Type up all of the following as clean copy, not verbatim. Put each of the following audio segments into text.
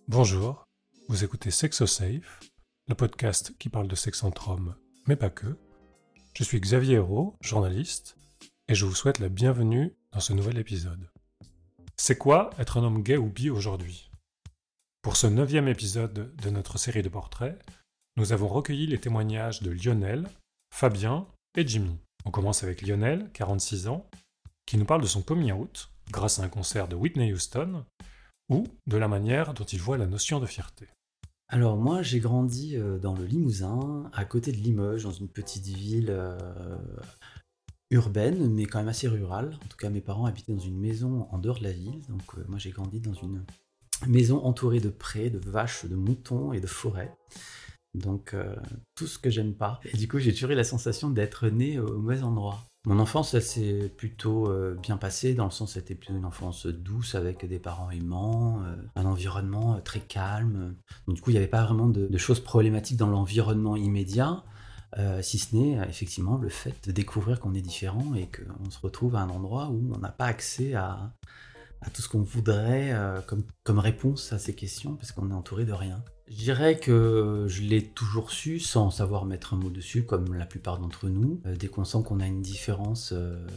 Bonjour, vous écoutez SexoSafe, le podcast qui parle de sexe entre hommes, mais pas que. Je suis Xavier Hérault, journaliste, et je vous souhaite la bienvenue dans ce nouvel épisode. C'est quoi être un homme gay ou bi aujourd'hui ? Pour ce 9e épisode de notre série de portraits, nous avons recueilli les témoignages de Lionel, Fabien et Jimmy. On commence avec Lionel, 46 ans, qui nous parle de son coming out, grâce à un concert de Whitney Houston, ou de la manière dont il voit la notion de fierté. Alors moi j'ai grandi dans le Limousin, à côté de Limoges, dans une petite ville urbaine, mais quand même assez rurale. En tout cas mes parents habitaient dans une maison en dehors de la ville, donc moi j'ai grandi dans une maison entourée de prés, de vaches, de moutons et de forêts. Donc tout ce que j'aime pas. Et du coup j'ai toujours eu la sensation d'être né au mauvais endroit. Mon enfance, ça s'est plutôt bien passé, dans le sens c'était plutôt une enfance douce avec des parents aimants, un environnement très calme. Donc, du coup, il n'y avait pas vraiment de choses problématiques dans l'environnement immédiat, si ce n'est effectivement le fait de découvrir qu'on est différent et qu'on se retrouve à un endroit où on n'a pas accès à tout ce qu'on voudrait comme réponse à ces questions, parce qu'on est entouré de rien. Je dirais que je l'ai toujours su sans savoir mettre un mot dessus, comme la plupart d'entre nous. Dès qu'on sent qu'on a une différence,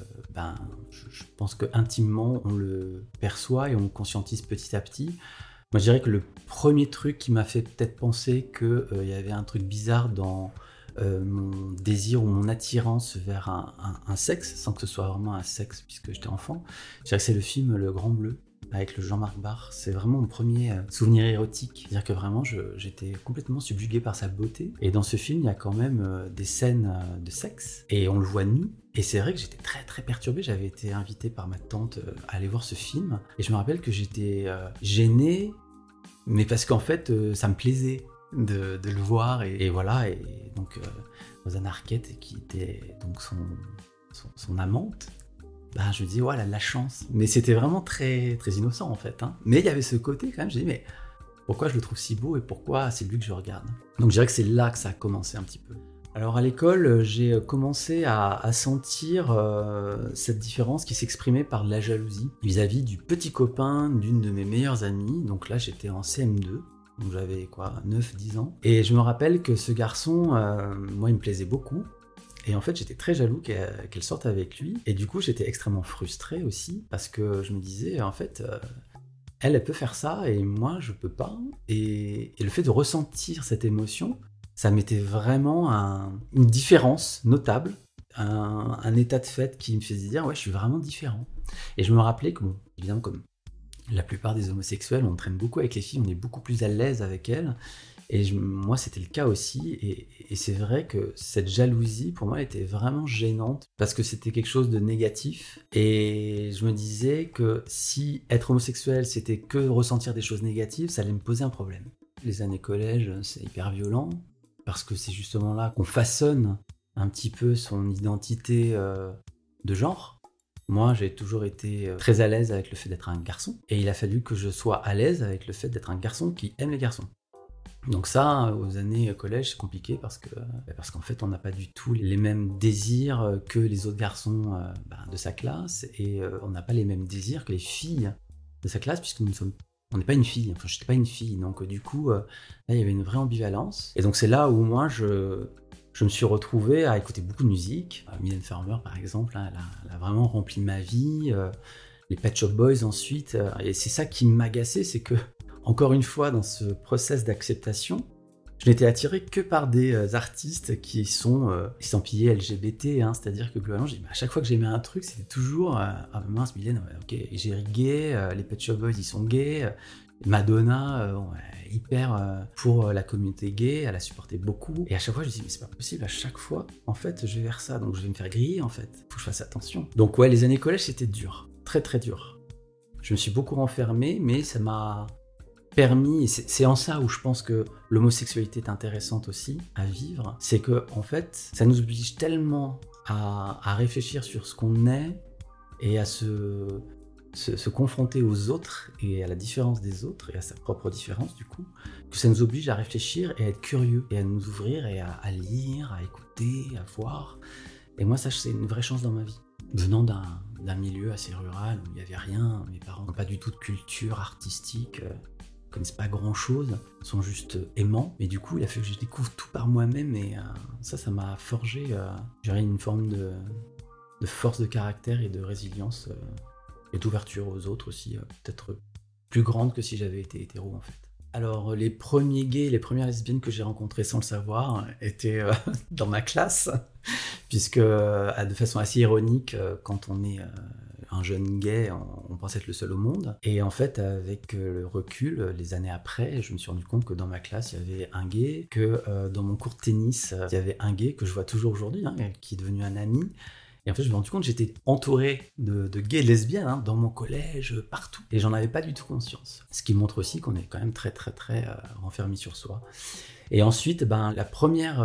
je pense que intimement on le perçoit et on le conscientise petit à petit. Moi je dirais que le premier truc qui m'a fait peut-être penser qu'il y avait un truc bizarre dans mon désir ou mon attirance vers un sexe, sans que ce soit vraiment un sexe puisque j'étais enfant, je dirais que c'est le film Le Grand Bleu, avec le Jean-Marc Barr. C'est vraiment mon premier souvenir érotique. C'est-à-dire que vraiment, j'étais complètement subjugué par sa beauté. Et dans ce film, il y a quand même des scènes de sexe, et on le voit nu. Et c'est vrai que j'étais très très perturbé. J'avais été invité par ma tante à aller voir ce film. Et je me rappelle que j'étais gêné, mais parce qu'en fait, ça me plaisait de le voir. Et voilà, et donc Rosanna Arquette, qui était donc son amante, je me dis, ouais, elle a de la chance. Mais c'était vraiment très, très innocent, en fait. Mais il y avait ce côté, quand même, je me dis, mais pourquoi je le trouve si beau et pourquoi c'est lui que je regarde ? Donc je dirais que c'est là que ça a commencé un petit peu. Alors à l'école, j'ai commencé à sentir cette différence qui s'exprimait par de la jalousie vis-à-vis du petit copain d'une de mes meilleures amies. Donc là, j'étais en CM2. Donc j'avais 9-10 ans. Et je me rappelle que ce garçon, moi, il me plaisait beaucoup. Et en fait, j'étais très jaloux qu'elle sorte avec lui. Et du coup, j'étais extrêmement frustré aussi, parce que je me disais, en fait, elle peut faire ça, et moi, je peux pas. Et le fait de ressentir cette émotion, ça mettait vraiment une différence notable, un état de fait qui me faisait dire, ouais, je suis vraiment différent. Et je me rappelais que, bon, évidemment, comme la plupart des homosexuels, on traîne beaucoup avec les filles, on est beaucoup plus à l'aise avec elles. Et moi, c'était le cas aussi, et c'est vrai que cette jalousie, pour moi, était vraiment gênante, parce que c'était quelque chose de négatif, et je me disais que si être homosexuel, c'était que ressentir des choses négatives, ça allait me poser un problème. Les années collège, c'est hyper violent, parce que c'est justement là qu'on façonne un petit peu son identité de genre. Moi, j'ai toujours été très à l'aise avec le fait d'être un garçon, et il a fallu que je sois à l'aise avec le fait d'être un garçon qui aime les garçons. Donc ça, aux années collège, c'est compliqué parce qu'en fait, on n'a pas du tout les mêmes désirs que les autres garçons de sa classe, et on n'a pas les mêmes désirs que les filles de sa classe, puisque on n'est pas une fille, enfin je n'étais pas une fille, donc du coup, là il y avait une vraie ambivalence. Et donc c'est là où moi je me suis retrouvé à écouter beaucoup de musique. Mylène Farmer par exemple, elle a vraiment rempli ma vie, les Pet Shop Boys ensuite, et c'est ça qui m'agaçait, c'est que encore une fois, dans ce process d'acceptation, je n'étais attiré que par des artistes qui sont estampillés LGBT, c'est-à-dire que globalement, à chaque fois que j'aimais un truc, c'était toujours ah mince, Mylène, ok, Jerry gay, les Pet Shop Boys, ils sont gays, Madonna, hyper pour la communauté gay, elle a supporté beaucoup, et à chaque fois, je me dis, mais c'est pas possible, à chaque fois, en fait, je vais vers ça, donc je vais me faire griller, en fait, faut que je fasse attention. Donc ouais, les années collège, c'était dur, très très dur. Je me suis beaucoup renfermé, mais ça m'a permis, et c'est en ça où je pense que l'homosexualité est intéressante aussi à vivre, c'est que en fait, ça nous oblige tellement à réfléchir sur ce qu'on est et à se confronter aux autres et à la différence des autres et à sa propre différence du coup, que ça nous oblige à réfléchir et à être curieux et à nous ouvrir et à lire, à écouter, à voir. Et moi, ça, c'est une vraie chance dans ma vie. Venant d'un milieu assez rural où il n'y avait rien, mes parents n'ont pas du tout de culture artistique, connaissent pas grand-chose, sont juste aimants. Et du coup, il a fallu que je découvre tout par moi-même. Et ça m'a forgé, je dirais, une forme de force de caractère et de résilience et d'ouverture aux autres aussi, peut-être plus grande que si j'avais été hétéro en fait. Alors les premiers gays, les premières lesbiennes que j'ai rencontrées sans le savoir étaient dans ma classe, puisque de façon assez ironique, quand on est un jeune gay, on pense être le seul au monde. Et en fait, avec le recul, les années après, je me suis rendu compte que dans ma classe, il y avait un gay, que dans mon cours de tennis, il y avait un gay que je vois toujours aujourd'hui, qui est devenu un ami. Et en fait, je me suis rendu compte que j'étais entouré de gays et de lesbiennes dans mon collège, partout. Et j'en avais pas du tout conscience. Ce qui montre aussi qu'on est quand même très, très, très renfermé sur soi. Et ensuite, la première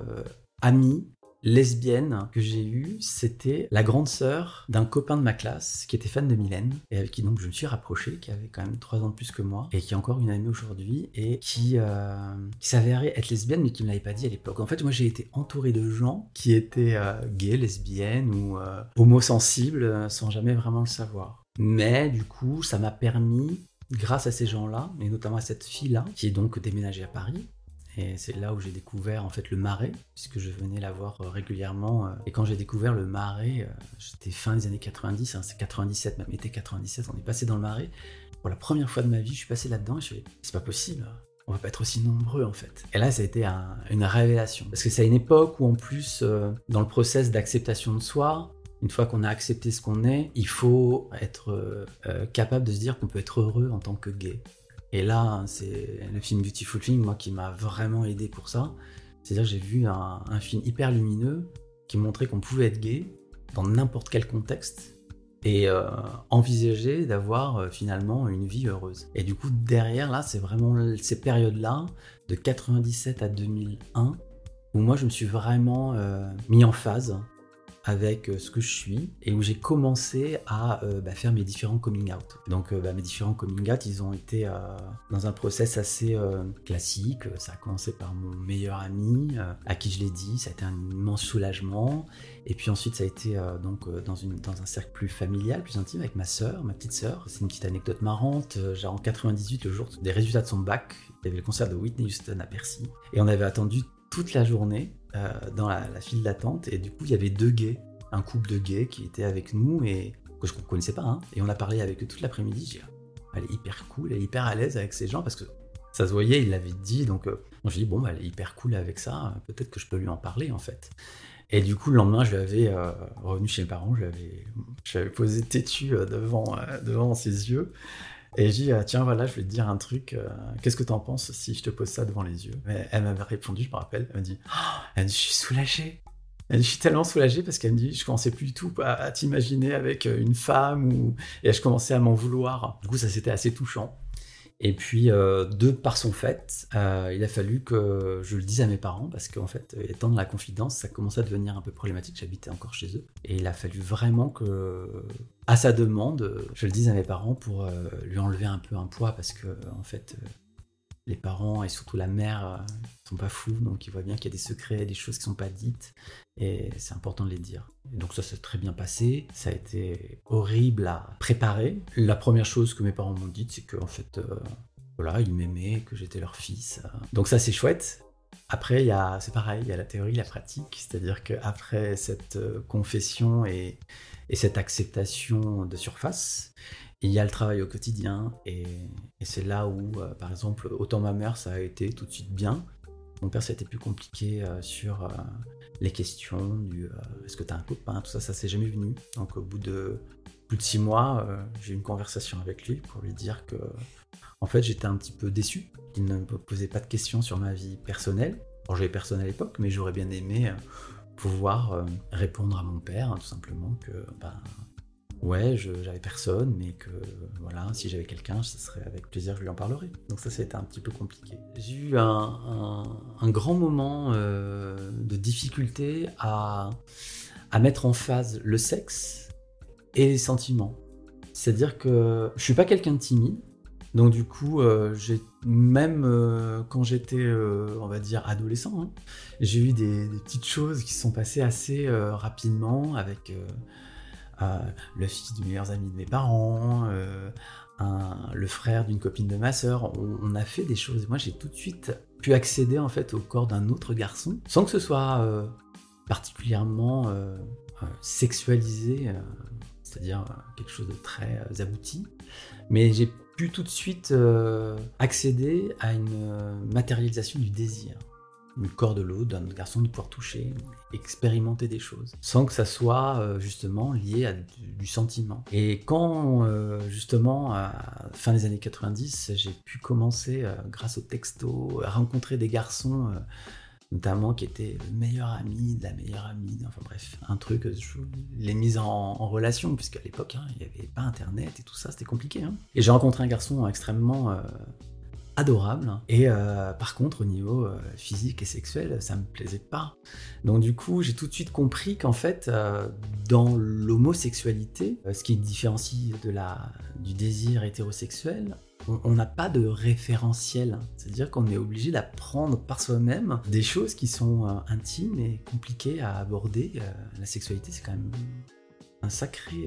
amie lesbienne que j'ai eue, c'était la grande sœur d'un copain de ma classe qui était fan de Mylène et avec qui donc je me suis rapproché, qui avait quand même 3 ans de plus que moi et qui est encore une amie aujourd'hui et qui s'avérait être lesbienne mais qui ne me l'avait pas dit à l'époque. En fait, moi j'ai été entouré de gens qui étaient gays, lesbiennes ou homosensibles sans jamais vraiment le savoir. Mais du coup, ça m'a permis, grâce à ces gens-là, et notamment à cette fille-là, qui est donc déménagée à Paris. Et c'est là où j'ai découvert en fait le Marais, puisque je venais la voir régulièrement. Et quand j'ai découvert le Marais, j'étais fin des années 90, c'est 97, même été 97, on est passé dans le Marais. Pour la première fois de ma vie, je suis passé là-dedans et je me suis dit, c'est pas possible, on va pas être aussi nombreux en fait. Et là, ça a été une révélation. Parce que c'est à une époque où en plus, dans le process d'acceptation de soi, une fois qu'on a accepté ce qu'on est, il faut être capable de se dire qu'on peut être heureux en tant que gay. Et là, c'est le film Beautiful Thing, moi, qui m'a vraiment aidé pour ça. C'est-à-dire que j'ai vu un film hyper lumineux qui montrait qu'on pouvait être gay dans n'importe quel contexte et envisager d'avoir finalement une vie heureuse. Et du coup, derrière, là, c'est vraiment ces périodes-là, de 97 à 2001, où moi, je me suis vraiment mis en phase avec ce que je suis et où j'ai commencé à faire mes différents coming out. Donc mes différents coming out, ils ont été dans un process assez classique. Ça a commencé par mon meilleur ami à qui je l'ai dit, ça a été un immense soulagement. Et puis ensuite ça a été dans un cercle plus familial, plus intime avec ma petite sœur. C'est une petite anecdote marrante. Genre en 98, le jour des résultats de son bac, il y avait le concert de Whitney Houston à Bercy et on avait attendu toute la journée dans la file d'attente et du coup il y avait 2 gays, un couple de gays qui étaient avec nous et que je ne connaissais pas et on a parlé avec eux toute l'après-midi. J'ai dit elle est hyper cool, elle est hyper à l'aise avec ces gens parce que ça se voyait, il l'avait dit donc je dis elle est hyper cool avec ça, peut-être que je peux lui en parler en fait. Et du coup le lendemain je lui avais revenu chez mes parents, je l'avais posé têtu devant ses yeux. Et j'ai dit, tiens, voilà, je vais te dire un truc, qu'est-ce que t'en penses si je te pose ça devant les yeux? Mais elle m'avait répondu, je me rappelle, elle m'a dit, je suis soulagée. Elle dit, je suis tellement soulagée parce qu'elle me dit, je commençais plus du tout à t'imaginer avec une femme, et je commençais à m'en vouloir. Du coup, ça c'était assez touchant. Et puis, par son fait, il a fallu que je le dise à mes parents parce qu'en fait, étant dans la confidence, ça commençait à devenir un peu problématique. J'habitais encore chez eux. Et il a fallu vraiment que, à sa demande, je le dise à mes parents pour lui enlever un peu un poids parce que, en fait, les parents et surtout la mère sont pas fous, donc ils voient bien qu'il y a des secrets, des choses qui sont pas dites, et c'est important de les dire. Et donc ça s'est très bien passé, ça a été horrible à préparer. La première chose que mes parents m'ont dit, c'est qu'en fait, ils m'aimaient, que j'étais leur fils. Donc ça c'est chouette. Après, c'est pareil, il y a la théorie, la pratique, c'est-à-dire qu'après cette confession et cette acceptation de surface, il y a le travail au quotidien et c'est là où, par exemple, autant ma mère, ça a été tout de suite bien. Mon père, ça a été plus compliqué sur les questions du est-ce que tu as un copain, tout ça, ça s'est jamais venu. Donc au bout de plus de 6 mois, j'ai eu une conversation avec lui pour lui dire que, en fait, j'étais un petit peu déçu qu'il ne me posait pas de questions sur ma vie personnelle. Bon, j'avais personne à l'époque, mais j'aurais bien aimé pouvoir répondre à mon père, tout simplement que... j'avais personne, mais que voilà, si j'avais quelqu'un, ce serait avec plaisir que je lui en parlerais. Donc ça a été un petit peu compliqué. J'ai eu un grand moment de difficulté à mettre en phase le sexe et les sentiments. C'est-à-dire que je suis pas quelqu'un de timide, donc du coup, quand j'étais, on va dire, adolescent, j'ai eu des petites choses qui se sont passées assez rapidement avec... le fils du meilleur ami de mes parents, le frère d'une copine de ma sœur. On a fait des choses. Moi, j'ai tout de suite pu accéder en fait au corps d'un autre garçon, sans que ce soit particulièrement sexualisé, c'est-à-dire quelque chose de très abouti. Mais j'ai pu tout de suite accéder à une matérialisation du désir, du corps de l'autre, d'un autre garçon, de pouvoir toucher, expérimenter des choses, sans que ça soit justement lié à du sentiment. Et quand justement, à la fin des années 90, j'ai pu commencer, grâce au texto, à rencontrer des garçons, notamment qui étaient le meilleur ami de la meilleure amie, enfin bref, un truc, les mises en relation, puisqu'à l'époque, il n'y avait pas internet et tout ça, c'était compliqué. Et j'ai rencontré un garçon extrêmement adorable, et par contre au niveau physique et sexuel, ça me plaisait pas. Donc du coup, j'ai tout de suite compris qu'en fait, dans l'homosexualité, ce qui différencie du désir hétérosexuel, on n'a pas de référentiel, c'est-à-dire qu'on est obligé d'apprendre par soi-même des choses qui sont intimes et compliquées à aborder. La sexualité, c'est quand même un sacrée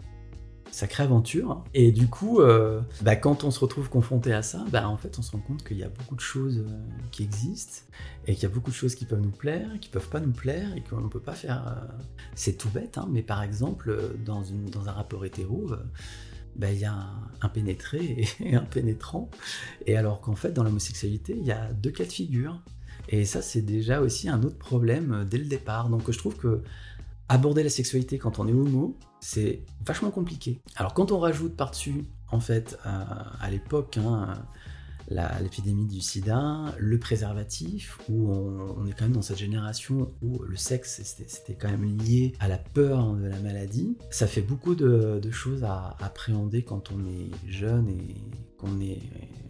aventure. Et du coup, quand on se retrouve confronté à ça, en fait, on se rend compte qu'il y a beaucoup de choses qui existent, et qu'il y a beaucoup de choses qui peuvent nous plaire, qui peuvent pas nous plaire, et qu'on ne peut pas faire... C'est tout bête, mais par exemple, dans un rapport hétéro... il y a un pénétré et un pénétrant, et alors qu'en fait dans l'homosexualité il y a 2 cas de figure, et ça c'est déjà aussi un autre problème dès le départ. Donc je trouve que aborder la sexualité quand on est homo, c'est vachement compliqué. Alors quand on rajoute par-dessus en fait à l'époque l'épidémie du sida, le préservatif, où on est quand même dans cette génération où le sexe c'était quand même lié à la peur de la maladie. Ça fait beaucoup de choses à appréhender quand on est jeune et qu'on est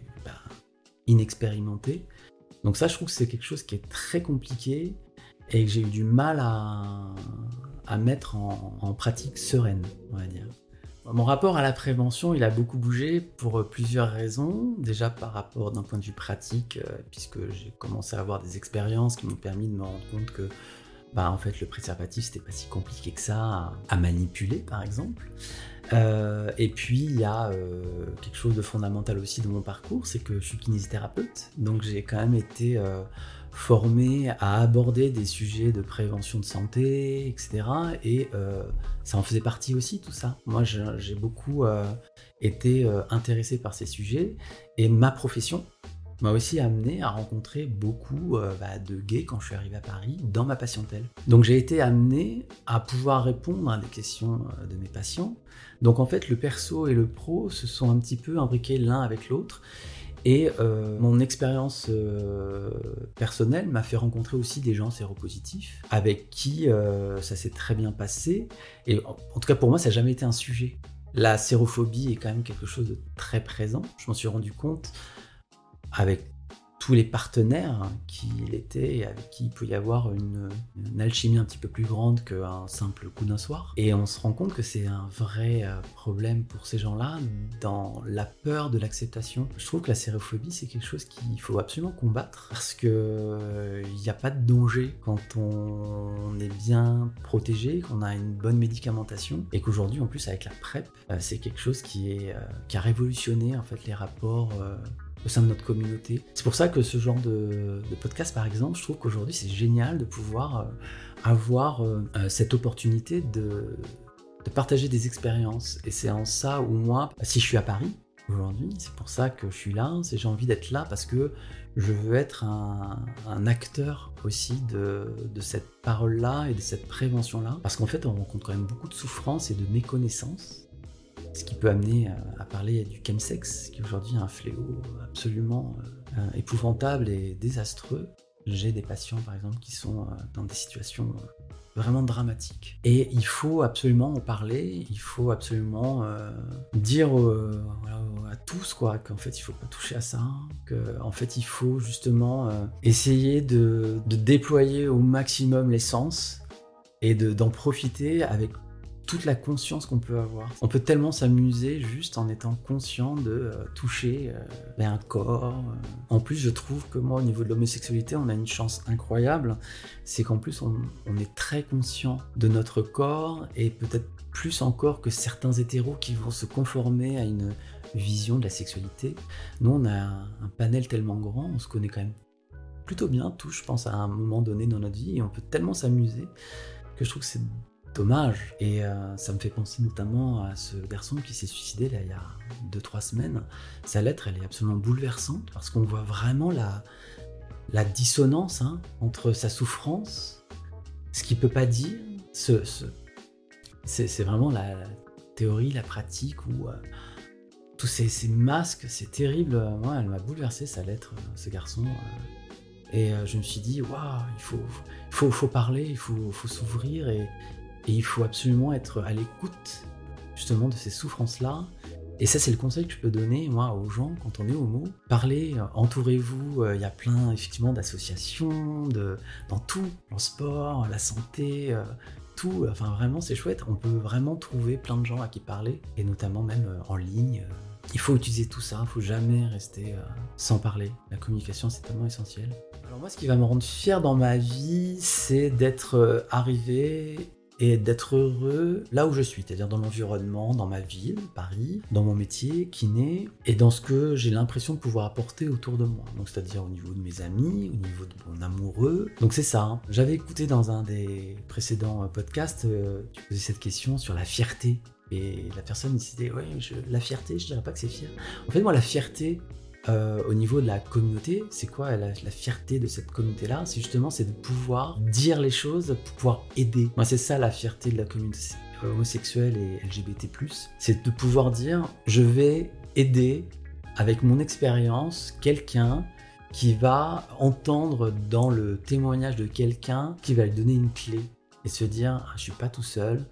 inexpérimenté. Donc ça, je trouve que c'est quelque chose qui est très compliqué et que j'ai eu du mal à mettre en pratique sereine, on va dire. Mon rapport à la prévention, il a beaucoup bougé pour plusieurs raisons. Déjà par rapport d'un point de vue pratique, puisque j'ai commencé à avoir des expériences qui m'ont permis de me rendre compte que en fait, le préservatif, c'était pas si compliqué que ça à manipuler, par exemple. Et puis, il y a quelque chose de fondamental aussi de mon parcours, c'est que je suis kinésithérapeute. Donc, j'ai quand même été formé à aborder des sujets de prévention de santé, etc. Et ça en faisait partie aussi, tout ça. Moi, j'ai beaucoup été intéressé par ces sujets, et ma profession m'a aussi amené à rencontrer beaucoup de gays quand je suis arrivé à Paris, dans ma patientèle. Donc j'ai été amené à pouvoir répondre à des questions de mes patients. Donc en fait, le perso et le pro se sont un petit peu imbriqués l'un avec l'autre. Et mon expérience personnelle m'a fait rencontrer aussi des gens séropositifs avec qui ça s'est très bien passé. Et en tout cas, pour moi, ça n'a jamais été un sujet. La sérophobie est quand même quelque chose de très présent. Je m'en suis rendu compte avec tous les partenaires qu'il était, et avec qui il peut y avoir une alchimie un petit peu plus grande qu'un simple coup d'un soir. Et on se rend compte que c'est un vrai problème pour ces gens-là dans la peur de l'acceptation. Je trouve que la sérophobie, c'est quelque chose qu'il faut absolument combattre, parce que il n'y a pas de danger quand on est bien protégé, qu'on a une bonne médicamentation, et qu'aujourd'hui, en plus, avec la PrEP, c'est quelque chose qui a révolutionné en fait les rapports au sein de notre communauté. C'est pour ça que ce genre de podcast, par exemple, je trouve qu'aujourd'hui c'est génial de pouvoir avoir cette opportunité de partager des expériences. Et c'est en ça où moi, si je suis à Paris aujourd'hui, c'est pour ça que je suis là, j'ai envie d'être là parce que je veux être un acteur aussi de cette parole-là et de cette prévention-là. Parce qu'en fait, on rencontre quand même beaucoup de souffrance et de méconnaissance. Ce qui peut amener à parler du chemsex, qui aujourd'hui est un fléau absolument épouvantable et désastreux. J'ai des patients, par exemple, qui sont dans des situations vraiment dramatiques. Et il faut absolument en parler, il faut absolument dire à tous qu'en fait, il ne faut pas toucher à ça, qu'en fait, il faut justement essayer de déployer au maximum l'essence et d'en profiter avec toute la conscience qu'on peut avoir. On peut tellement s'amuser juste en étant conscient de toucher un corps. En plus, je trouve que moi, au niveau de l'homosexualité, on a une chance incroyable. C'est qu'en plus, on est très conscient de notre corps, et peut-être plus encore que certains hétéros qui vont se conformer à une vision de la sexualité. Nous, on a un panel tellement grand, on se connaît quand même plutôt bien tous, je pense, à un moment donné dans notre vie, et on peut tellement s'amuser que je trouve que c'est dommage. Et ça me fait penser notamment à ce garçon qui s'est suicidé là, il y a 2-3 semaines. Sa lettre, elle est absolument bouleversante, parce qu'on voit vraiment la dissonance entre sa souffrance, ce qu'il peut pas dire, c'est vraiment la théorie, la pratique, où tous ces masques, c'est terrible. Moi, elle m'a bouleversé, sa lettre, ce garçon. Et je me suis dit, waouh, il faut parler, il faut s'ouvrir, et il faut absolument être à l'écoute justement de ces souffrances-là. Et ça, c'est le conseil que je peux donner, moi, aux gens quand on est homo. Parlez, entourez-vous, il y a plein, effectivement, d'associations, dans tout, dans le sport, la santé, tout. Enfin, vraiment, c'est chouette. On peut vraiment trouver plein de gens à qui parler, et notamment même en ligne. Il faut utiliser tout ça, il ne faut jamais rester sans parler. La communication, c'est tellement essentiel. Alors moi, ce qui va me rendre fier dans ma vie, c'est d'être arrivé et d'être heureux là où je suis, c'est-à-dire dans l'environnement, dans ma ville, Paris, dans mon métier, kiné, et dans ce que j'ai l'impression de pouvoir apporter autour de moi. Donc c'est-à-dire au niveau de mes amis, au niveau de mon amoureux. Donc c'est ça. J'avais écouté dans un des précédents podcasts, tu posais cette question sur la fierté. Et la personne disait, ouais, la fierté, je dirais pas que c'est fier. En fait, moi, la fierté, au niveau de la communauté, c'est quoi la fierté de cette communauté-là? C'est de pouvoir dire les choses, de pouvoir aider. Moi, c'est ça la fierté de la communauté homosexuelle et LGBT+. C'est de pouvoir dire, je vais aider, avec mon expérience, quelqu'un qui va entendre dans le témoignage de quelqu'un qui va lui donner une clé et se dire, je suis pas tout seul.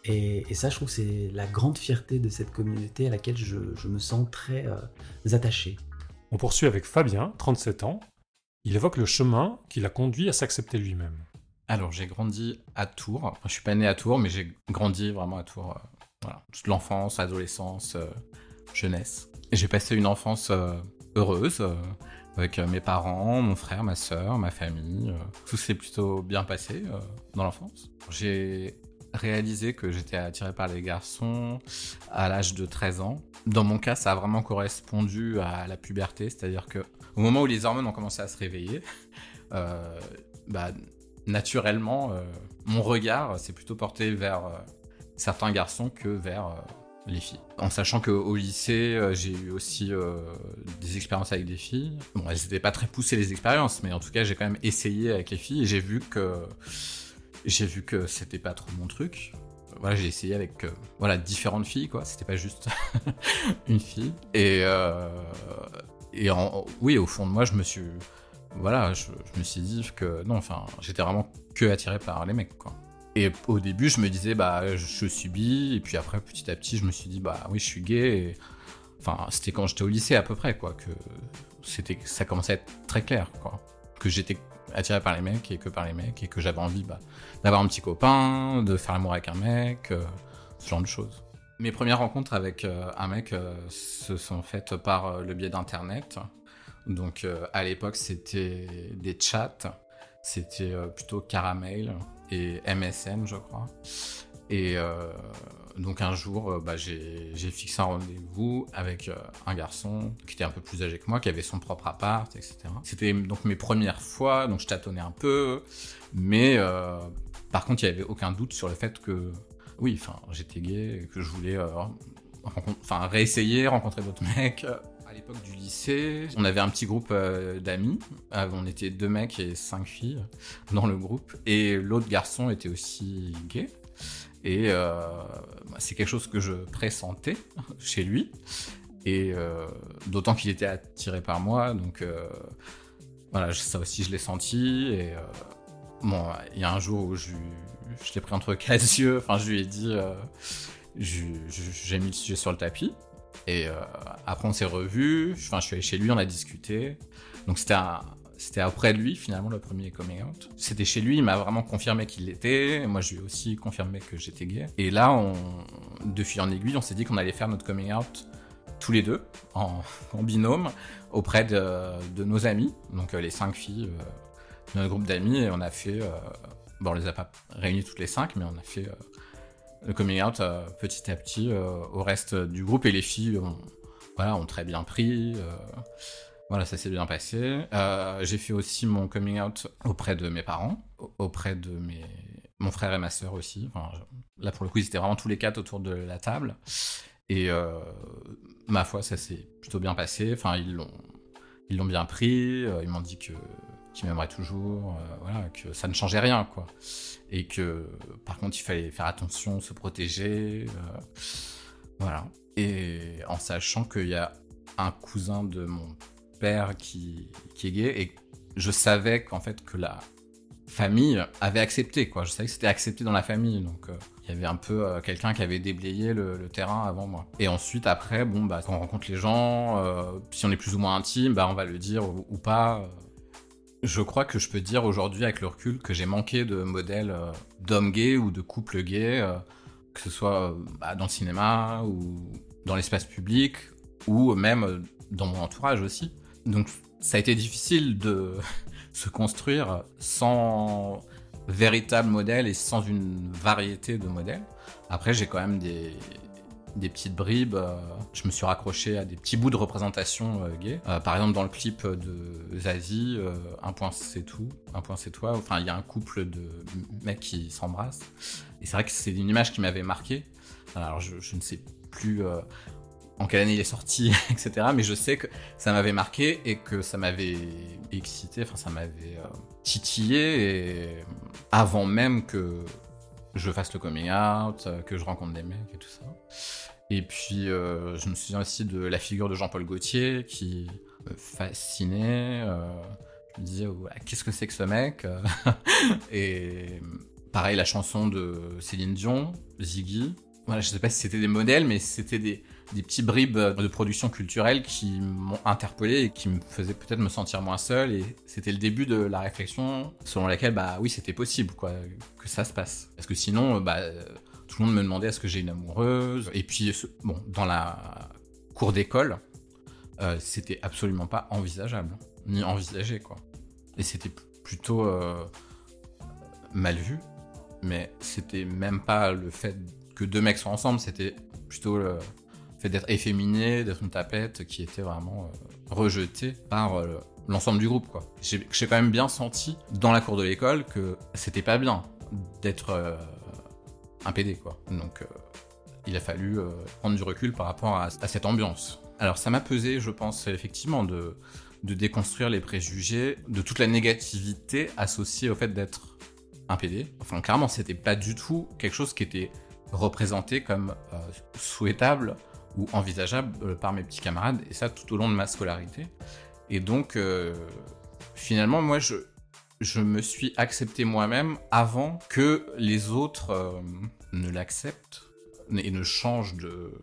Et ça, je trouve que c'est la grande fierté de cette communauté à laquelle je me sens très attaché. On poursuit avec Fabien, 37 ans. Il évoque le chemin qui l'a conduit à s'accepter lui-même. Alors, j'ai grandi à Tours. Enfin, je suis pas né à Tours, mais j'ai grandi vraiment à Tours. Voilà, toute l'enfance, adolescence, jeunesse. Et j'ai passé une enfance heureuse avec mes parents, mon frère, ma sœur, ma famille. Tout s'est plutôt bien passé dans l'enfance. J'ai réalisé que j'étais attiré par les garçons à l'âge de 13 ans. Dans mon cas, ça a vraiment correspondu à la puberté, c'est-à-dire que au moment où les hormones ont commencé à se réveiller, naturellement, mon regard s'est plutôt porté vers certains garçons que vers les filles. En sachant qu'au lycée, j'ai eu aussi des expériences avec des filles. Bon, elles n'étaient pas très poussées les expériences, mais en tout cas, j'ai quand même essayé avec les filles et j'ai vu que c'était pas trop mon truc. Voilà, j'ai essayé avec différentes filles, quoi. C'était pas juste une fille. Oui, au fond de moi, je me suis dit que non, enfin, j'étais vraiment que attiré par les mecs, quoi. Et au début, je me disais, je subis. Et puis après, petit à petit, je me suis dit, oui, je suis gay. Et... Enfin, c'était quand j'étais au lycée à peu près, quoi, que ça commençait à être très clair, quoi. Que j'étais attiré par les mecs et que par les mecs et que j'avais envie d'avoir un petit copain, de faire l'amour avec un mec, ce genre de choses. Mes premières rencontres avec un mec se sont faites par le biais d'internet. Donc à l'époque c'était des chats, c'était plutôt Caramel et MSN je crois. Et donc un jour j'ai fixé un rendez-vous avec un garçon qui était un peu plus âgé que moi, qui avait son propre appart, etc. C'était donc mes premières fois, donc je tâtonnais un peu, mais par contre il n'y avait aucun doute sur le fait que oui, j'étais gay et que je voulais réessayer, rencontrer d'autres mecs. À l'époque du lycée, on avait un petit groupe d'amis. On était 2 mecs et 5 filles dans le groupe. Et l'autre garçon était aussi gay. Et c'est quelque chose que je pressentais chez lui. Et d'autant qu'il était attiré par moi. Donc ça aussi je l'ai senti. Et il y a un jour où je l'ai pris entre 4 yeux. Enfin, je lui ai dit... j'ai mis le sujet sur le tapis. Et après on s'est revus, je suis allé chez lui, on a discuté. Donc c'était auprès de lui finalement le premier coming out. C'était chez lui, il m'a vraiment confirmé qu'il l'était. Moi je lui ai aussi confirmé que j'étais gay. Et là, de fil en aiguille, on s'est dit qu'on allait faire notre coming out tous les deux, en binôme, auprès de nos amis. Donc les 5 filles de notre groupe d'amis. Et on a fait... on les a pas réunies toutes les 5, mais on a fait... le coming out petit à petit au reste du groupe, et les filles voilà, ont très bien pris. Voilà, ça s'est bien passé. J'ai fait aussi mon coming out auprès de mes parents, auprès de mon frère et ma sœur aussi. Enfin, là, pour le coup, ils étaient vraiment tous les 4 autour de la table. Et ma foi, ça s'est plutôt bien passé. Enfin, ils l'ont bien pris. Ils m'ont dit qu'ils m'aimeraient toujours. Voilà, que ça ne changeait rien, quoi. Et que, par contre, il fallait faire attention, se protéger. Voilà. Et en sachant qu'il y a un cousin de mon père qui est gay, et je savais qu'en fait que la famille avait accepté, quoi. Je savais que c'était accepté dans la famille, donc il y avait un peu quelqu'un qui avait déblayé le terrain avant moi. Et ensuite, après, quand on rencontre les gens, si on est plus ou moins intime, on va le dire ou pas. Je crois que je peux dire aujourd'hui, avec le recul, que j'ai manqué de modèles d'hommes gays ou de couples gays, que ce soit dans le cinéma ou dans l'espace public, ou même dans mon entourage aussi. Donc ça a été difficile de se construire sans véritable modèle et sans une variété de modèles. Après, j'ai quand même des petites bribes. Je me suis raccroché à des petits bouts de représentation gay. Par exemple, dans le clip de Zazie, Un point c'est tout, un point c'est toi. Enfin, il y a un couple de mecs qui s'embrassent. Et c'est vrai que c'est une image qui m'avait marqué. Alors, je ne sais plus en quelle année il est sorti, etc. Mais je sais que ça m'avait marqué et que ça m'avait excité, enfin ça m'avait titillé, et avant même que je fasse le coming out, que je rencontre des mecs et tout ça. Et puis je me souviens aussi de la figure de Jean-Paul Gaultier qui me fascinait. Je me disais, qu'est-ce que c'est que ce mec? Et pareil, la chanson de Céline Dion, Ziggy. Voilà, je sais pas si c'était des modèles, mais c'était des petits bribes de production culturelle qui m'ont interpellé et qui me faisaient peut-être me sentir moins seul. Et c'était le début de la réflexion selon laquelle, oui, c'était possible, quoi, que ça se passe. Parce que sinon, tout le monde me demandait est-ce que j'ai une amoureuse. Et puis, dans la cour d'école, c'était absolument pas envisageable, ni envisagé, quoi. Et c'était plutôt mal vu, mais c'était même pas le fait que 2 mecs soient ensemble, c'était plutôt le fait d'être efféminé, d'être une tapette, qui était vraiment rejeté par l'ensemble du groupe, quoi. J'ai quand même bien senti dans la cour de l'école que c'était pas bien d'être un PD, quoi. Donc il a fallu prendre du recul par rapport à cette ambiance. Alors ça m'a pesé, je pense, effectivement, de déconstruire les préjugés, de toute la négativité associée au fait d'être un PD. Enfin, clairement, c'était pas du tout quelque chose qui était représenté comme souhaitable ou envisageable par mes petits camarades, et ça tout au long de ma scolarité. Et donc finalement, moi je me suis accepté moi-même avant que les autres ne l'acceptent et ne changent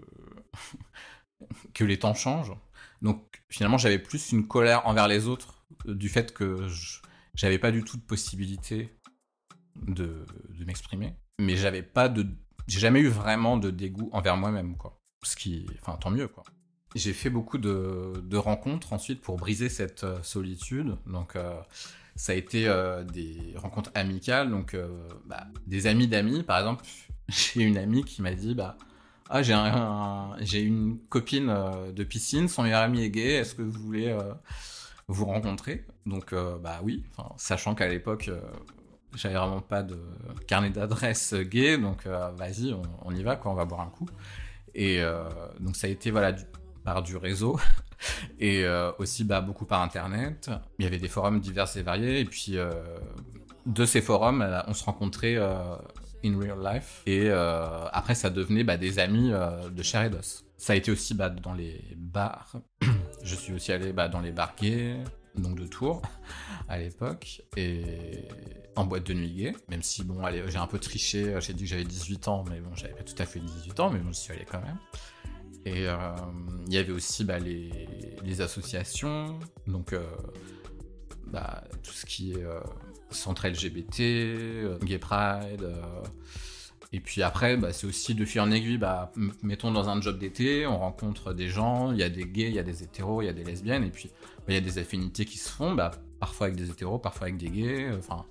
que les temps changent. Donc finalement, j'avais plus une colère envers les autres du fait que j'avais pas du tout de possibilité de m'exprimer, mais j'ai jamais eu vraiment de dégoût envers moi-même, quoi. Enfin, tant mieux, quoi. J'ai fait beaucoup de rencontres ensuite pour briser cette solitude. Donc, ça a été des rencontres amicales. Donc, des amis d'amis, par exemple. J'ai une amie qui m'a dit, j'ai une copine de piscine, son meilleur ami est gay, est-ce que vous voulez vous rencontrer? Donc, oui, sachant qu'à l'époque, j'avais vraiment pas de carnet d'adresses gay, donc vas-y, on y va, quoi, on va boire un coup. Et donc ça a été par du réseau et aussi beaucoup par internet. Il y avait des forums divers et variés, et puis de ces forums, on se rencontrait in real life, et après ça devenait des amis de chair et d'os. Ça a été aussi dans les bars. Je suis aussi allé dans les bars gays, donc de Tours à l'époque, et en boîte de nuit gay, même si j'ai un peu triché, j'ai dit que j'avais 18 ans, mais j'avais pas tout à fait 18 ans, mais j'y suis allé quand même. Et il y avait aussi les associations, donc tout ce qui est centre LGBT, Gay Pride, et puis après c'est aussi de fil en aiguille, mettons dans un job d'été, on rencontre des gens, il y a des gays, il y a des hétéros, il y a des lesbiennes, et puis il y a des affinités qui se font, parfois avec des hétéros, parfois avec des gays,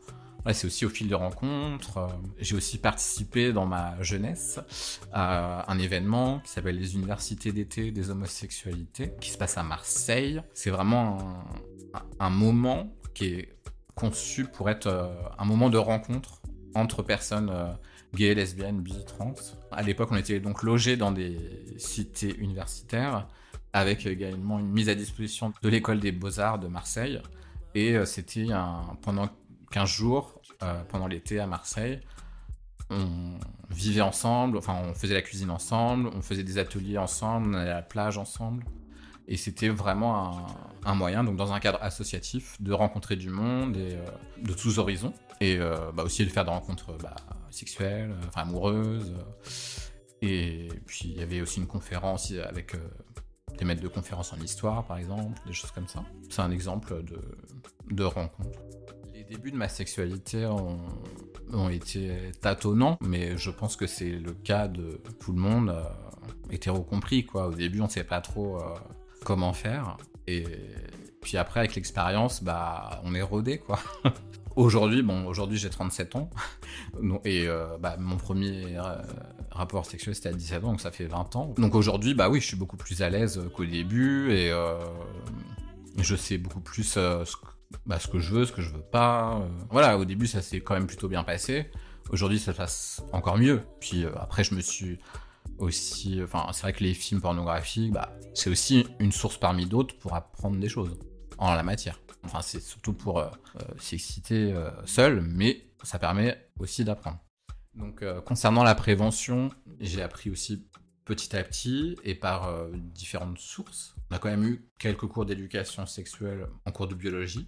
Ouais, c'est aussi au fil de rencontres. J'ai aussi participé dans ma jeunesse à un événement qui s'appelle les Universités d'été des homosexualités, qui se passe à Marseille. C'est vraiment un moment qui est conçu pour être un moment de rencontre entre personnes gays, lesbiennes, bi, trans. À l'époque, on était donc logés dans des cités universitaires avec également une mise à disposition de l'école des beaux-arts de Marseille. Et c'était pendant 15 jours, pendant l'été à Marseille, on vivait ensemble, enfin on faisait la cuisine ensemble, on faisait des ateliers ensemble, on allait à la plage ensemble. Et c'était vraiment un moyen, donc dans un cadre associatif, de rencontrer du monde et de tous horizons. Et aussi de faire des rencontres sexuelles, amoureuses. Et puis il y avait aussi une conférence avec des maîtres de conférences en histoire, par exemple, des choses comme ça. C'est un exemple de rencontre. Les débuts de ma sexualité ont été tâtonnants, mais je pense que c'est le cas de tout le monde, hétéro compris, quoi. Au début, on ne savait pas trop comment faire. Et puis après, avec l'expérience, on est rodé, quoi. Aujourd'hui, j'ai 37 ans. Et mon premier rapport sexuel, c'était à 17 ans, donc ça fait 20 ans. Donc aujourd'hui, oui, je suis beaucoup plus à l'aise qu'au début. Et je sais beaucoup plus ce que je veux, ce que je veux pas. Voilà, au début, ça s'est quand même plutôt bien passé. Aujourd'hui, ça se passe encore mieux. Puis après, je me suis aussi... c'est vrai que les films pornographiques, c'est aussi une source parmi d'autres pour apprendre des choses en la matière. C'est surtout pour s'exciter seul, mais ça permet aussi d'apprendre. Donc, concernant la prévention, j'ai appris aussi petit à petit et par différentes sources. On a quand même eu quelques cours d'éducation sexuelle en cours de biologie.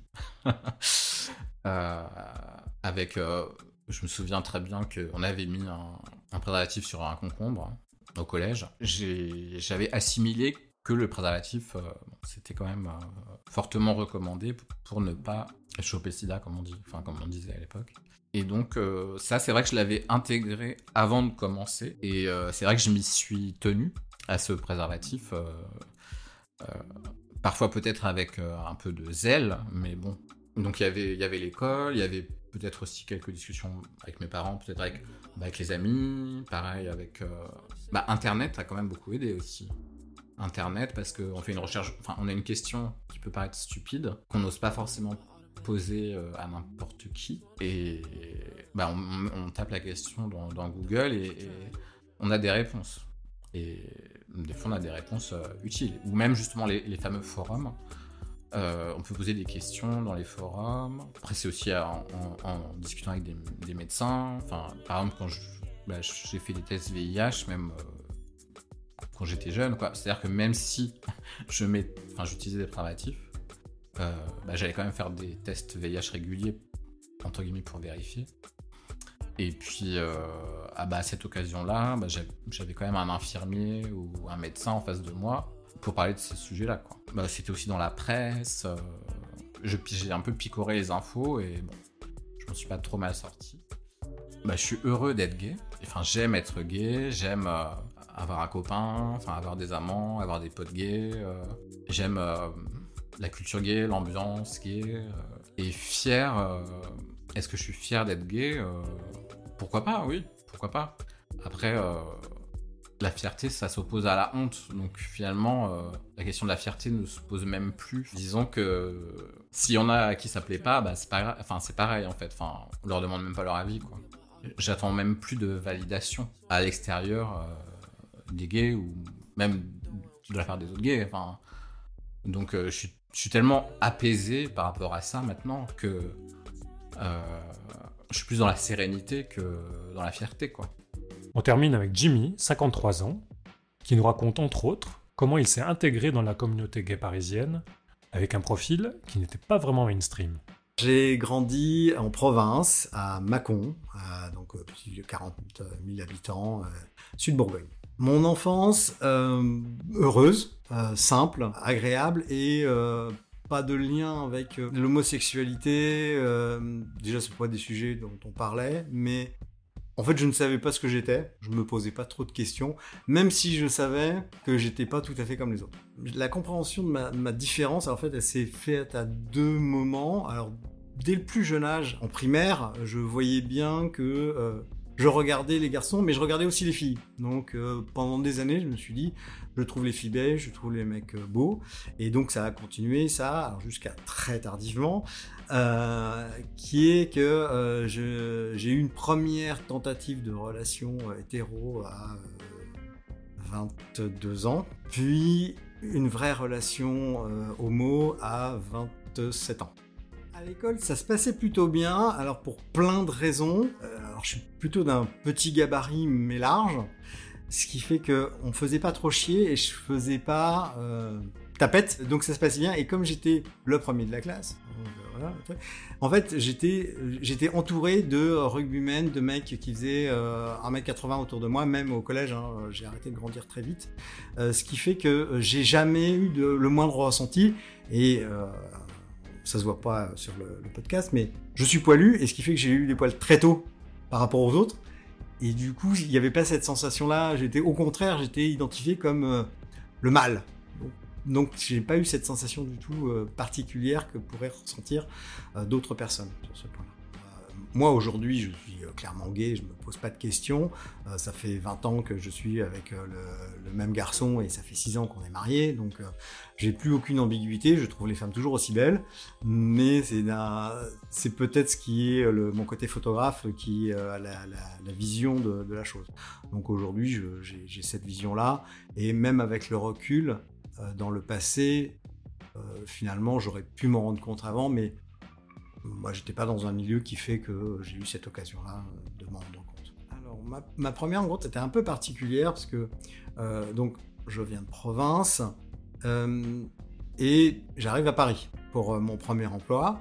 Je me souviens très bien qu'on avait mis un préservatif sur un concombre au collège. J'avais assimilé que le préservatif, c'était quand même fortement recommandé pour ne pas choper le sida, comme on disait à l'époque. Et donc, ça, c'est vrai que je l'avais intégré avant de commencer. Et c'est vrai que je m'y suis tenu à ce préservatif. Parfois, peut-être avec un peu de zèle, mais bon. Donc, il y avait l'école, il y avait peut-être aussi quelques discussions avec mes parents, peut-être avec les amis. Pareil, avec... Internet a quand même beaucoup aidé aussi. Internet, parce qu'on fait une recherche... on a une question qui peut paraître stupide, qu'on n'ose pas forcément poser à n'importe qui, et on tape la question dans Google et on a des réponses, et des fois on a des réponses utiles, ou même justement les fameux forums. On peut poser des questions dans les forums. Après, c'est aussi en discutant avec des médecins. Par exemple, quand j'ai fait des tests VIH, même quand j'étais jeune, quoi. C'est-à-dire que même si j'utilisais des préservatifs, j'allais quand même faire des tests VIH réguliers, entre guillemets, pour vérifier. Et puis, à cette occasion-là, j'avais quand même un infirmier ou un médecin en face de moi pour parler de ces sujets-là, quoi. C'était aussi dans la presse. J'ai un peu picoré les infos et je m'en suis pas trop mal sorti. Je suis heureux d'être gay. J'aime être gay, j'aime avoir un copain, avoir des amants, avoir des potes gays. J'aime la culture gay, l'ambiance gay. Et fier, est-ce que je suis fier d'être gay ? Pourquoi pas, oui, pourquoi pas. Après, la fierté, ça s'oppose à la honte. Donc finalement, la question de la fierté ne se pose même plus. Disons que s'il y en a à qui ça plaît pas, c'est pas grave. C'est pareil en fait. On leur demande même pas leur avis, quoi. J'attends même plus de validation à l'extérieur des gays ou même de la part des autres gays. Donc je suis tellement apaisé par rapport à ça maintenant que je suis plus dans la sérénité que dans la fierté, quoi. On termine avec Jimmy, 53 ans, qui nous raconte entre autres comment il s'est intégré dans la communauté gay parisienne avec un profil qui n'était pas vraiment mainstream. J'ai grandi en province, à Mâcon, donc plus de 40 000 habitants, sud Bourgogne. Mon enfance, heureuse, simple, agréable et pas de lien avec l'homosexualité. Déjà, c'est pas des sujets dont on parlait, mais en fait, je ne savais pas ce que j'étais. Je me posais pas trop de questions, même si je savais que j'étais pas tout à fait comme les autres. La compréhension de ma différence, en fait, elle s'est faite à deux moments. Alors, dès le plus jeune âge, en primaire, je voyais bien que je regardais les garçons, mais je regardais aussi les filles. Donc pendant des années, je me suis dit, je trouve les filles belles, je trouve les mecs beaux. Et donc ça a continué, alors jusqu'à très tardivement, qui est que j'ai eu une première tentative de relation hétéro à 22 ans, puis une vraie relation homo à 27 ans. À l'école, ça se passait plutôt bien, alors pour plein de raisons. Alors je suis plutôt d'un petit gabarit mais large, ce qui fait qu'on faisait pas trop chier et je faisais pas tapette, donc ça se passait bien. Et comme j'étais le premier de la classe, voilà, en fait j'étais entouré de rugbymen, de mecs qui faisaient 1m80 autour de moi, même au collège, hein, j'ai arrêté de grandir très vite, ce qui fait que j'ai jamais eu le moindre ressenti, et ça se voit pas sur le podcast, mais je suis poilu, et ce qui fait que j'ai eu des poils très tôt par rapport aux autres, et du coup il n'y avait pas cette sensation-là, au contraire j'étais identifié comme le mâle. Donc j'ai pas eu cette sensation du tout particulière que pourraient ressentir d'autres personnes sur ce point-là. Moi aujourd'hui je suis clairement gay, je me pose pas de questions, ça fait 20 ans que je suis avec le même garçon et ça fait 6 ans qu'on est mariés, donc j'ai plus aucune ambiguïté, je trouve les femmes toujours aussi belles, mais c'est peut-être ce qui est mon côté photographe qui a la vision de la chose. Donc aujourd'hui j'ai cette vision-là, et même avec le recul, dans le passé, finalement, j'aurais pu m'en rendre compte avant, mais moi, j'étais pas dans un milieu qui fait que j'ai eu cette occasion-là de m'en rendre compte. Alors, ma première rencontre était un peu particulière parce que donc je viens de province et j'arrive à Paris pour mon premier emploi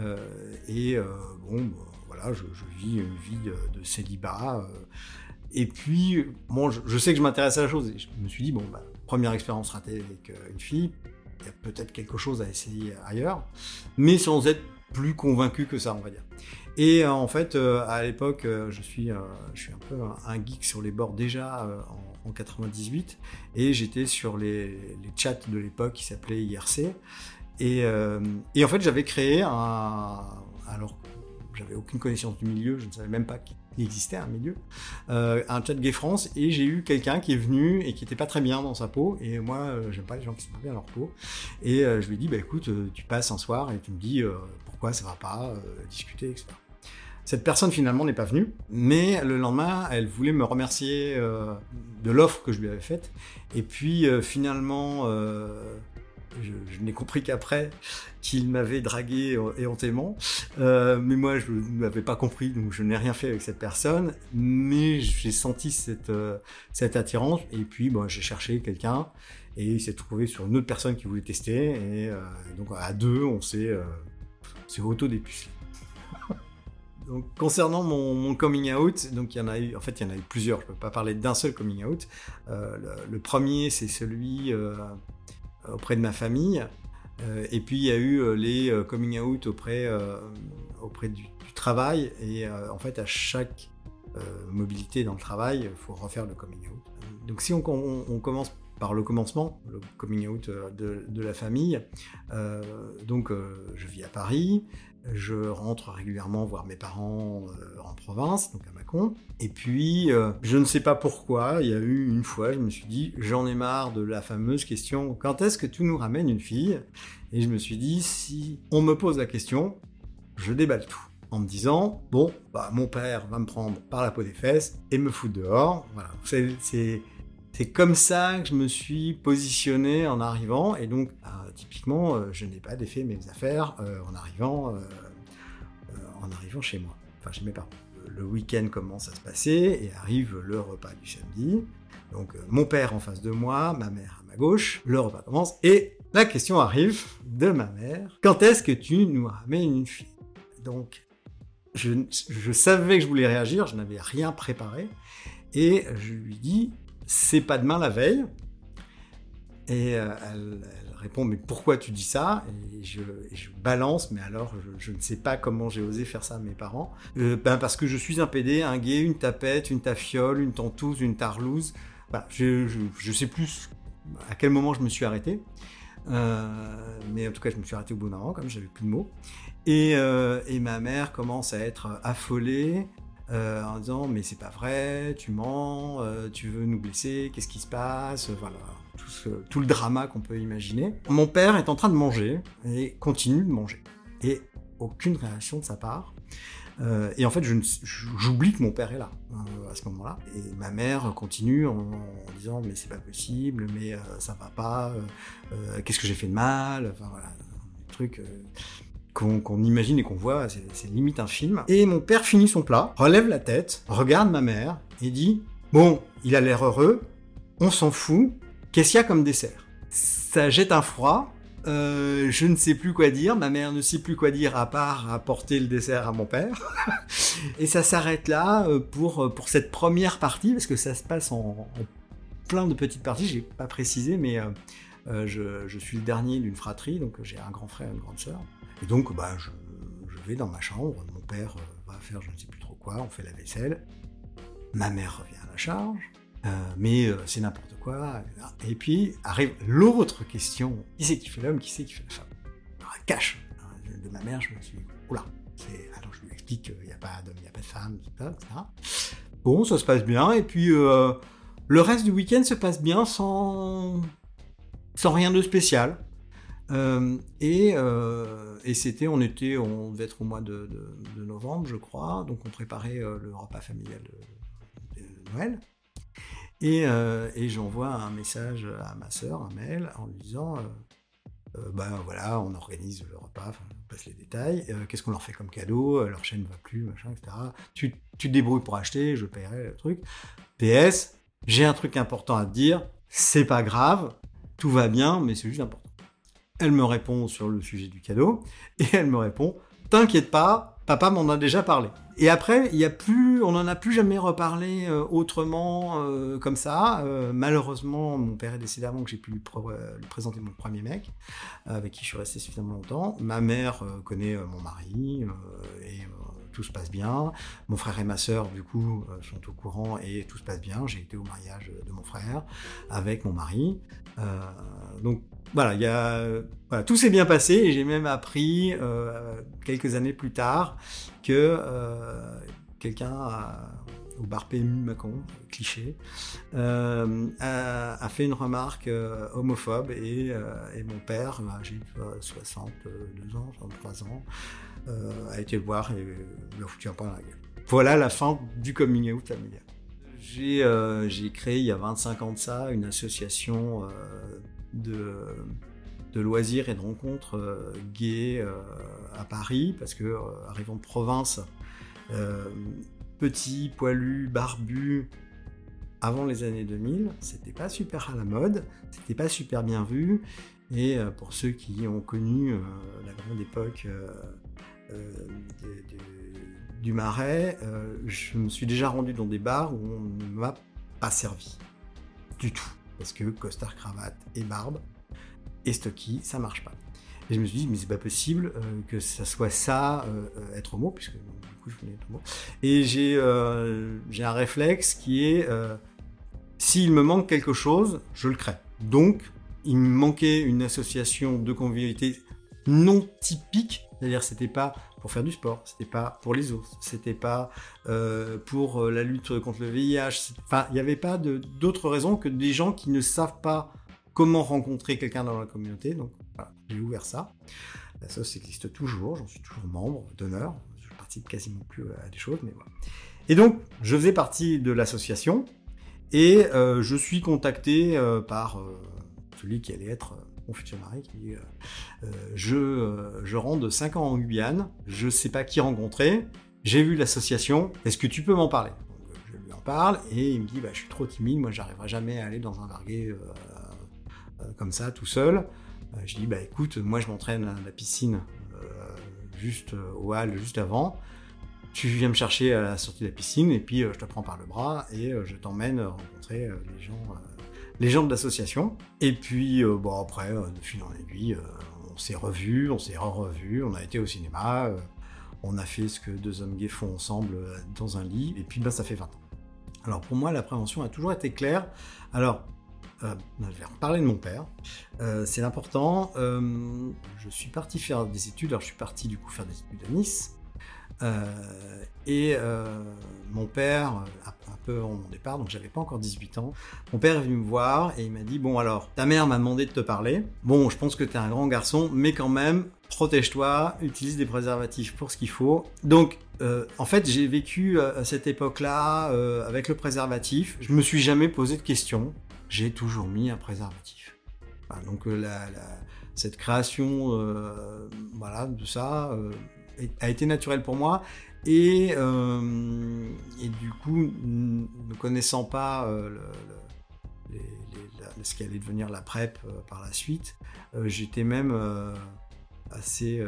voilà, je vis une vie de célibat. Et puis, bon, je sais que je m'intéresse à la chose. Et je me suis dit, première expérience ratée avec une fille, il y a peut-être quelque chose à essayer ailleurs, mais sans être plus convaincu que ça, on va dire. Et en fait, à l'époque, je suis un peu un geek sur les bords déjà en 98, et j'étais sur les chats de l'époque qui s'appelaient IRC. Et en fait, j'avais créé alors j'avais aucune connaissance du milieu, je ne savais même pas qu'il existait un milieu, un chat Gay France, et j'ai eu quelqu'un qui est venu et qui était pas très bien dans sa peau, et moi j'aime pas les gens qui sont pas bien dans leur peau, et je lui ai dit écoute, tu passes un soir et tu me dis pourquoi ça va pas, discuter, etc. Cette personne finalement n'est pas venue, mais le lendemain elle voulait me remercier de l'offre que je lui avais faite, et puis finalement je n'ai compris qu'après qu'il m'avait dragué éhontément, mais moi je n'avais pas compris, donc je n'ai rien fait avec cette personne, mais j'ai senti cette attirance, et puis j'ai cherché quelqu'un, et il s'est trouvé sur une autre personne qui voulait tester, et donc à deux on s'est auto-dépucelé. Donc, concernant mon coming out, donc il y en a eu plusieurs, je peux pas parler d'un seul coming out. Le premier, c'est celui auprès de ma famille, et puis il y a eu les coming out auprès du travail, et en fait à chaque mobilité dans le travail, il faut refaire le coming out. Donc si on commence par le commencement, le coming out de la famille, je vis à Paris, je rentre régulièrement voir mes parents en province, donc à Mâcon, et puis je ne sais pas pourquoi, il y a eu une fois, je me suis dit, j'en ai marre de la fameuse question, quand est-ce que tu nous ramènes une fille ? Et je me suis dit, si on me pose la question, je déballe tout, en me disant, mon père va me prendre par la peau des fesses et me foutre dehors, voilà, c'est comme ça que je me suis positionné en arrivant, et donc typiquement je n'ai pas défait mes affaires en arrivant chez moi, enfin chez mes parents. Le week-end commence à se passer et arrive le repas du samedi, donc mon père en face de moi, ma mère à ma gauche, le repas commence et la question arrive de ma mère, quand est-ce que tu nous ramènes une fille ? Donc je savais que je voulais réagir, je n'avais rien préparé, et je lui dis, c'est pas demain la veille. Et elle répond, mais pourquoi tu dis ça ? Et je balance, mais alors je ne sais pas comment j'ai osé faire ça à mes parents. Parce que je suis un pédé, un gay, une tapette, une tafiole, une tantouse, une tarlouse. Voilà, je sais plus à quel moment je me suis arrêté. Mais en tout cas, je me suis arrêté au bout d'un moment, comme j'avais plus de mots. Et ma mère commence à être affolée en disant « Mais c'est pas vrai, tu mens, tu veux nous blesser, qu'est-ce qui se passe ?» Voilà, tout le drama qu'on peut imaginer. Mon père est en train de manger et continue de manger. Et aucune réaction de sa part. Et en fait, j'oublie que mon père est là à ce moment-là. Et ma mère continue en disant « Mais c'est pas possible, mais ça va pas, qu'est-ce que j'ai fait de mal ?» Enfin voilà, des trucs qu'on imagine et qu'on voit, c'est limite un film. Et mon père finit son plat, relève la tête, regarde ma mère et dit « Bon, il a l'air heureux, on s'en fout, qu'est-ce qu'il y a comme dessert ?» Ça jette un froid. Je ne sais plus quoi dire, ma mère ne sait plus quoi dire à part apporter le dessert à mon père. Et ça s'arrête là pour cette première partie, parce que ça se passe en plein de petites parties, j'ai pas précisé, mais je suis le dernier d'une fratrie, donc j'ai un grand frère et une grande sœur. Et donc je vais dans ma chambre, mon père va faire je ne sais plus trop quoi, on fait la vaisselle, ma mère revient à la charge, mais c'est n'importe quoi, etc. Et puis arrive l'autre question, qui c'est qui fait l'homme, qui c'est qui fait la femme? Alors, elle cache de ma mère, je me suis dit, oula, alors je lui explique qu'il n'y a pas d'homme, il n'y a pas de femme, etc. Bon, ça se passe bien, et puis le reste du week-end se passe bien sans rien de spécial. Et on devait être au mois de novembre, je crois, donc on préparait le repas familial de Noël. Et j'envoie un message à ma sœur, un mail, en lui disant voilà, on organise le repas, on passe les détails, qu'est-ce qu'on leur fait comme cadeau, leur chaîne ne va plus, machin, etc. Tu te débrouilles pour acheter, je paierai le truc. PS, j'ai un truc important à te dire, c'est pas grave, tout va bien, mais c'est juste important. Elle me répond sur le sujet du cadeau, et elle me répond « T'inquiète pas, papa m'en a déjà parlé ». Et après, on n'en a plus jamais reparlé autrement comme ça. Malheureusement, mon père est décédé avant que j'ai pu lui présenter mon premier mec, avec qui je suis resté suffisamment longtemps. Ma mère connaît mon mari, et tout se passe bien. Mon frère et ma sœur, du coup, sont au courant et tout se passe bien. J'ai été au mariage de mon frère avec mon mari. Donc, voilà, tout s'est bien passé et j'ai même appris quelques années plus tard que quelqu'un au bar PMU Mâcon, cliché, a fait une remarque homophobe et mon père, j'ai 62 ans, 63 ans, a été le voir et lui a foutu un point dans la gueule. Voilà la fin du coming out familial. J'ai créé il y a 25 ans de ça une association de loisirs et de rencontres gays à Paris, parce que arrivant de province, petit, poilu, barbu, avant les années 2000, c'était pas super à la mode, c'était pas super bien vu, et pour ceux qui ont connu la grande époque du Marais, je me suis déjà rendu dans des bars où on ne m'a pas servi du tout, parce que costard, cravate et barbe et stocky, ça marche pas. Et je me suis dit, mais c'est pas possible que ça soit ça, être homo, puisque du coup je voulais être homo. Et j'ai un réflexe qui est, s'il me manque quelque chose, je le crée. Donc, il me manquait une association de convivialité non typique, c'est-à-dire c'était pas pour faire du sport, c'était pas pour les ours, c'était pas pour la lutte contre le VIH, enfin, il n'y avait pas d'autres raisons que des gens qui ne savent pas comment rencontrer quelqu'un dans la communauté. Donc voilà, j'ai ouvert ça. La sauce existe toujours, j'en suis toujours membre d'honneur, je participe quasiment plus à des choses, mais voilà. Et donc, je faisais partie de l'association, et je suis contacté par celui qui allait être mon futur mari, qui dit je rentre de 5 ans en Guyane, je sais pas qui rencontrer, j'ai vu l'association, est-ce que tu peux m'en parler? Donc, je lui en parle, et il me dit je suis trop timide, moi j'arriverai jamais à aller dans un bar gay comme ça, tout seul. Je dis écoute, moi je m'entraîne à la piscine juste au hall, juste avant. Tu viens me chercher à la sortie de la piscine, et puis je te prends par le bras et je t'emmène rencontrer les gens de l'association. Et puis après, de fil en aiguille, on s'est revus, on s'est revus, on a été au cinéma, on a fait ce que deux hommes gays font ensemble dans un lit, et puis ça fait 20 ans. Alors pour moi, la prévention a toujours été claire. Alors, je vais reparler de mon père. C'est important. Je suis parti faire des études. Alors, je suis parti du coup faire des études à Nice. Mon père, un peu avant mon départ, donc j'avais pas encore 18 ans, mon père est venu me voir et il m'a dit « Bon alors, ta mère m'a demandé de te parler. Bon, je pense que t'es un grand garçon, mais quand même, protège-toi, utilise des préservatifs pour ce qu'il faut. » Donc, en fait, j'ai vécu à cette époque-là avec le préservatif. Je me suis jamais posé de questions. J'ai toujours mis un préservatif. Voilà, donc, cette création de ça a été naturelle pour moi. Et du coup, ne connaissant pas ce qui allait devenir la PrEP par la suite, j'étais même assez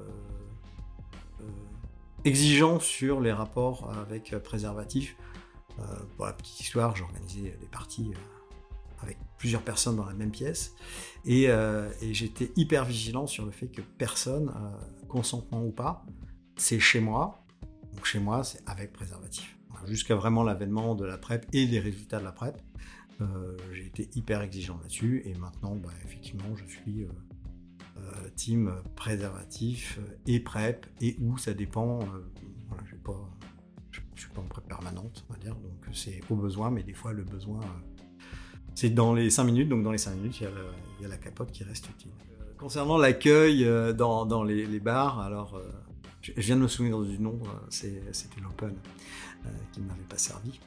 exigeant sur les rapports avec préservatifs. Pour la petite histoire, j'organisais des parties avec plusieurs personnes dans la même pièce et j'étais hyper vigilant sur le fait que personne, consentement ou pas, c'est chez moi. Donc chez moi, c'est avec préservatif. Jusqu'à vraiment l'avènement de la PrEP et des résultats de la PrEP, j'ai été hyper exigeant là-dessus. Et maintenant, effectivement, je suis team préservatif et PrEP et où ça dépend. Je ne suis pas en PrEP permanente, on va dire. Donc c'est au besoin, mais des fois le besoin, c'est dans les 5 minutes. Donc dans les 5 minutes, il y a la capote qui reste utile. Concernant l'accueil dans les bars, alors... Je viens de me souvenir du nom, c'était l'Open qui ne m'avait pas servi.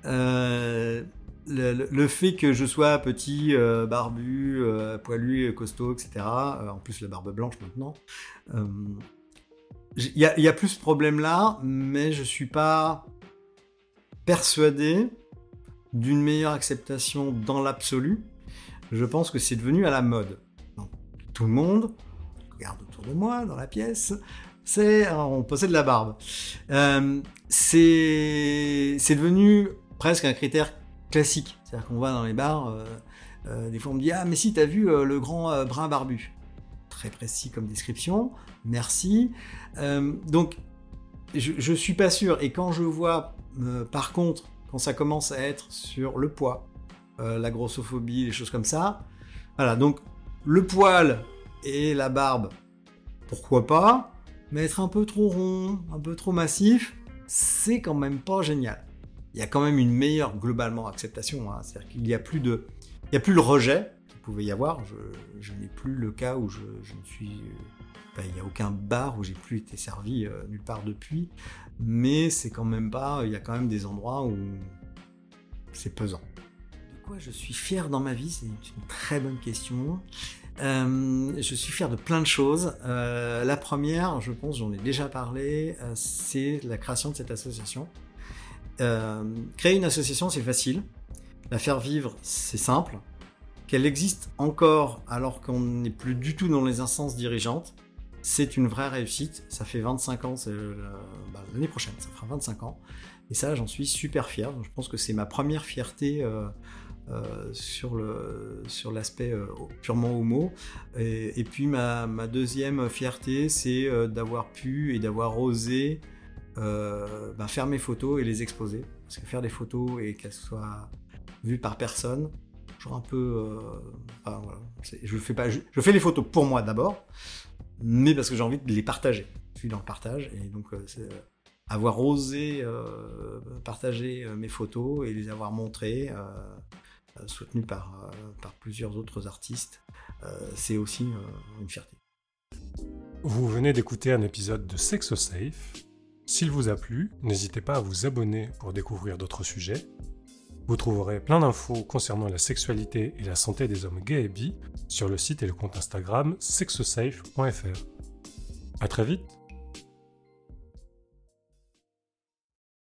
Le fait que je sois petit, barbu, poilu, costaud, etc., en plus la barbe blanche maintenant, il y a plus ce problème-là, mais je ne suis pas persuadé d'une meilleure acceptation dans l'absolu. Je pense que c'est devenu à la mode. Donc, tout le monde, regarde autour de moi, dans la pièce... on possède la barbe. C'est devenu presque un critère classique. C'est-à-dire qu'on va dans les bars, des fois on me dit « Ah, mais si, t'as vu le grand brun barbu ?» Très précis comme description, merci. Donc, je suis pas sûr. Et quand je vois, par contre, quand ça commence à être sur le poids, la grossophobie, les choses comme ça, voilà, donc le poil et la barbe, pourquoi pas ? Mais être un peu trop rond, un peu trop massif, c'est quand même pas génial. Il y a quand même une meilleure, globalement, acceptation. C'est-à-dire qu'il n'y a plus le rejet qu'il pouvait y avoir. Je n'ai plus le cas où je ne suis... il n'y a aucun bar où j'ai plus été servi nulle part depuis. Mais c'est quand même pas... Il y a quand même des endroits où c'est pesant. De quoi je suis fier dans ma vie ? C'est une très bonne question. Je suis fier de plein de choses. La première, je pense, j'en ai déjà parlé, c'est la création de cette association. Créer une association, c'est facile. La faire vivre, c'est simple. Qu'elle existe encore alors qu'on n'est plus du tout dans les instances dirigeantes, c'est une vraie réussite. Ça fait 25 ans, l'année prochaine, ça fera 25 ans. Et ça, j'en suis super fier. Donc, je pense que c'est ma première fierté sur l'aspect purement homo. Et puis ma deuxième fierté, c'est d'avoir pu et d'avoir osé faire mes photos et les exposer. Parce que faire des photos et qu'elles soient vues par personne, genre un peu... voilà. Je fais les photos pour moi d'abord, mais parce que j'ai envie de les partager. Je suis dans le partage, et donc avoir osé partager mes photos et les avoir montrées, soutenues par plusieurs autres artistes, c'est aussi une fierté. Vous venez d'écouter un épisode de SexoSafe. S'il vous a plu, n'hésitez pas à vous abonner pour découvrir d'autres sujets. Vous trouverez plein d'infos concernant la sexualité et la santé des hommes gays et bi sur le site et le compte Instagram sexosafe.fr. À très vite!